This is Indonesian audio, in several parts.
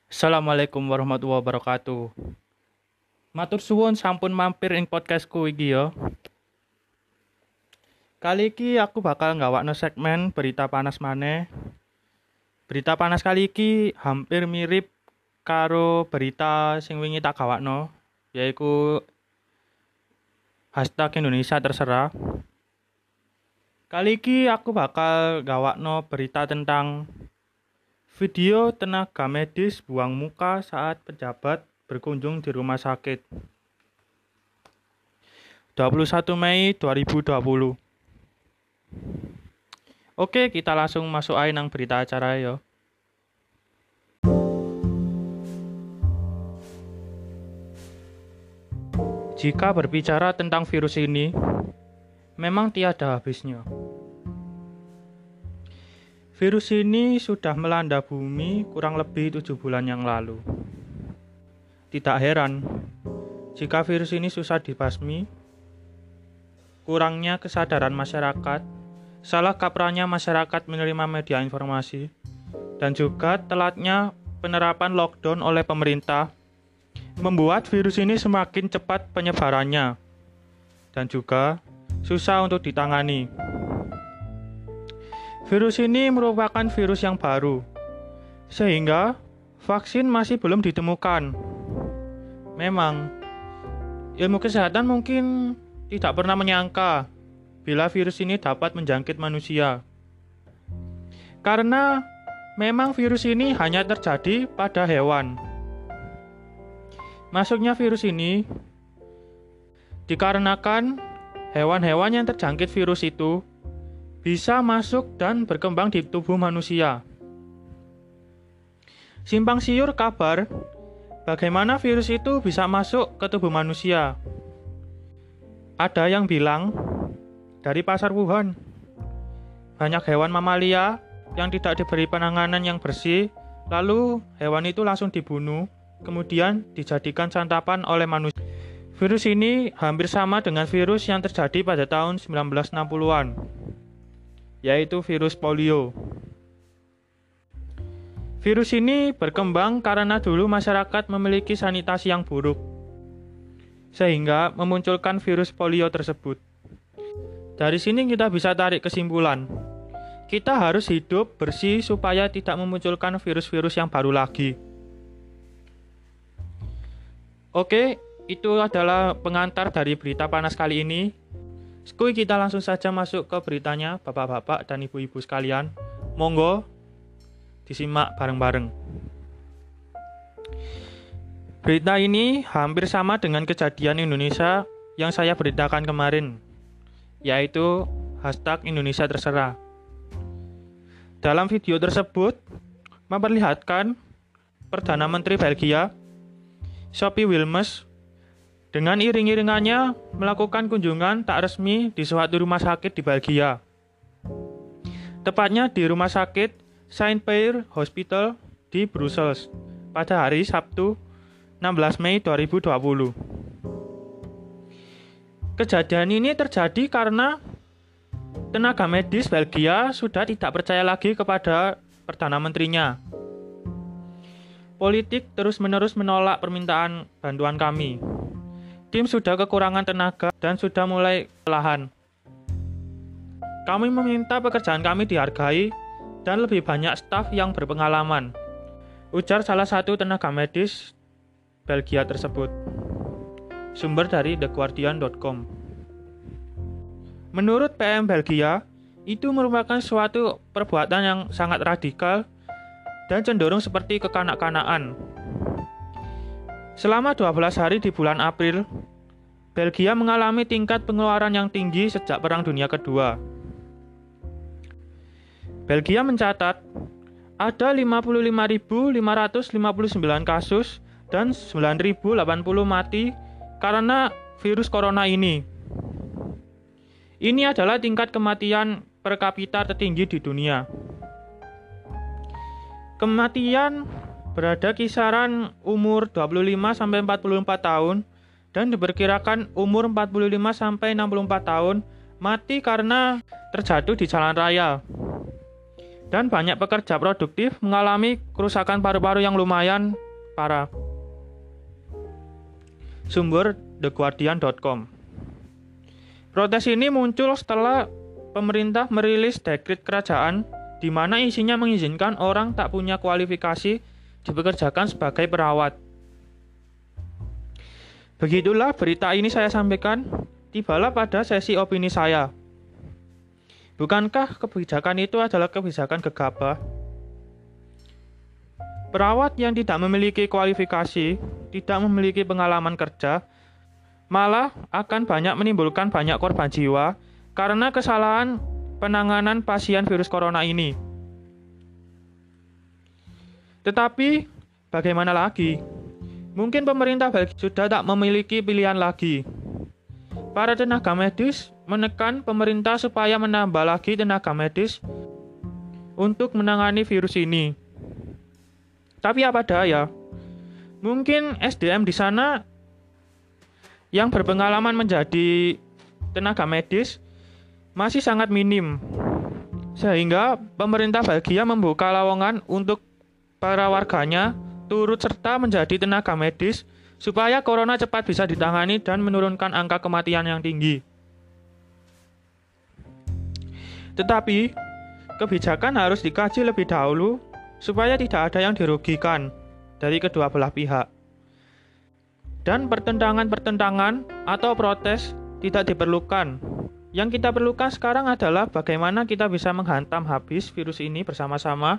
Assalamualaikum warahmatullahi wabarakatuh. Matur suwun sampun mampir ing podcastku iki ya. Kali iki aku bakal nggawakno segmen berita panas maneh. Berita panas kali iki hampir mirip karo berita sing wingi tak gawakno, yaiku #Indonesia terserah. Kali iki aku bakal gawakno berita tentang video tenaga medis buang muka saat pejabat berkunjung di rumah sakit. 21 Mei 2020. Oke, kita langsung masuk aja nang berita acara ya. Jika berbicara tentang virus ini, memang tiada habisnya. Virus ini sudah melanda bumi kurang lebih 7 bulan yang lalu. Tidak heran jika virus ini susah dibasmi, kurangnya kesadaran masyarakat, salah kaprahnya masyarakat menerima media informasi, dan juga telatnya penerapan lockdown oleh pemerintah membuat virus ini semakin cepat penyebarannya dan juga susah untuk ditangani. Virus ini merupakan virus yang baru, sehingga vaksin masih belum ditemukan. Memang, ilmu kesehatan mungkin tidak pernah menyangka bila virus ini dapat menjangkit manusia. Karena memang virus ini hanya terjadi pada hewan. Masuknya virus ini dikarenakan hewan-hewan yang terjangkit virus itu bisa masuk dan berkembang di tubuh manusia. Simpang siur kabar bagaimana virus itu bisa masuk ke tubuh manusia. Ada yang bilang dari pasar Wuhan. Banyak hewan mamalia yang tidak diberi penanganan yang bersih, lalu hewan itu langsung dibunuh, kemudian dijadikan santapan oleh manusia. Virus ini hampir sama dengan virus yang terjadi pada tahun 1960-an, yaitu virus polio. Virus ini berkembang karena dulu masyarakat memiliki sanitasi yang buruk, sehingga memunculkan virus polio tersebut. Dari sini kita bisa tarik kesimpulan, kita harus hidup bersih supaya tidak memunculkan virus-virus yang baru lagi. Oke, itu adalah pengantar dari berita panas kali ini. Kita langsung saja masuk ke beritanya, bapak-bapak dan ibu-ibu sekalian. Monggo disimak bareng-bareng. Berita ini hampir sama dengan kejadian Indonesia yang saya beritakan kemarin, yaitu #Indonesia terserah. Dalam video tersebut memperlihatkan Perdana Menteri Belgia, Sophie Wilmès, dengan iring-iringannya melakukan kunjungan tak resmi di suatu rumah sakit di Belgia. Tepatnya di Rumah Sakit Saint-Pierre Hospital di Brussels pada hari Sabtu 16 Mei 2020. Kejadian ini terjadi karena tenaga medis Belgia sudah tidak percaya lagi kepada Perdana Menterinya. Politik terus-menerus menolak permintaan bantuan kami. Tim sudah kekurangan tenaga dan sudah mulai kelelahan. Kami meminta pekerjaan kami dihargai dan lebih banyak staf yang berpengalaman, ujar salah satu tenaga medis Belgia tersebut. Sumber dari theguardian.com. Menurut PM Belgia, itu merupakan suatu perbuatan yang sangat radikal dan cenderung seperti kekanak-kanakan. Selama 12 hari di bulan April, Belgia mengalami tingkat pengeluaran yang tinggi sejak Perang Dunia Kedua. Belgia mencatat ada 55.559 kasus dan 9.080 mati karena virus corona ini. Ini adalah tingkat kematian per kapita tertinggi di dunia. Kematian berada kisaran umur 25-44 tahun dan diperkirakan umur 45-64 tahun mati karena terjatuh di jalan raya. Dan banyak pekerja produktif mengalami kerusakan paru-paru yang lumayan parah. Sumber theguardian.com. Protes ini muncul setelah pemerintah merilis dekret kerajaan di mana isinya mengizinkan orang tak punya kualifikasi dipekerjakan sebagai perawat. Begitulah berita ini saya sampaikan, tibalah pada sesi opini saya. Bukankah kebijakan itu adalah kebijakan gegabah? Perawat yang tidak memiliki kualifikasi, tidak memiliki pengalaman kerja, malah akan banyak menimbulkan banyak korban jiwa karena kesalahan penanganan pasien virus corona ini. Tetapi, bagaimana lagi? Mungkin pemerintah sudah tak memiliki pilihan lagi. Para tenaga medis menekan pemerintah supaya menambah lagi tenaga medis untuk menangani virus ini. Tapi apa daya? Mungkin SDM di sana yang berpengalaman menjadi tenaga medis masih sangat minim. Sehingga pemerintah Belgia membuka lowongan untuk para warganya turut serta menjadi tenaga medis supaya corona cepat bisa ditangani dan menurunkan angka kematian yang tinggi. Tetapi, kebijakan harus dikaji lebih dahulu supaya tidak ada yang dirugikan dari kedua belah pihak. Dan pertentangan-pertentangan atau protes tidak diperlukan. Yang kita perlukan sekarang adalah bagaimana kita bisa menghantam habis virus ini bersama-sama.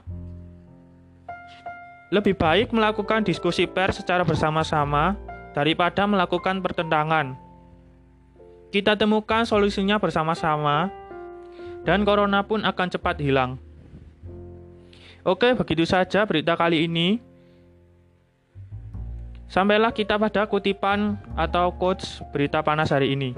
Lebih baik melakukan diskusi pers secara bersama-sama daripada melakukan pertentangan. Kita temukan solusinya bersama-sama dan corona pun akan cepat hilang. Oke, begitu saja berita kali ini. Sampailah kita pada kutipan atau quotes berita panas hari ini.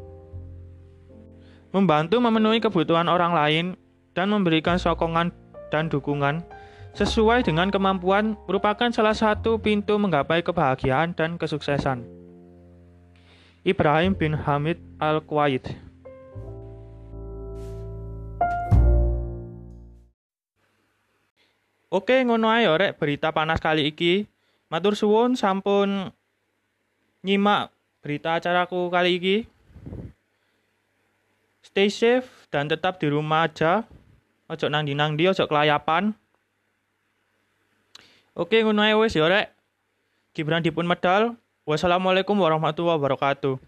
Membantu memenuhi kebutuhan orang lain dan memberikan sokongan dan dukungan sesuai dengan kemampuan merupakan salah satu pintu menggapai kebahagiaan dan kesuksesan. Ibrahim bin Hamid Al-Kuwait. Oke, ngono ae rek berita panas kali iki. Matur suwun sampun nyimak berita acaraku kali ini. Stay safe dan tetap di rumah aja. Ojo nang ndi ojo kelayapan. Oke, ngono ae wis ya rek. Gibran dipun medal. Wassalamualaikum warahmatullahi wabarakatuh.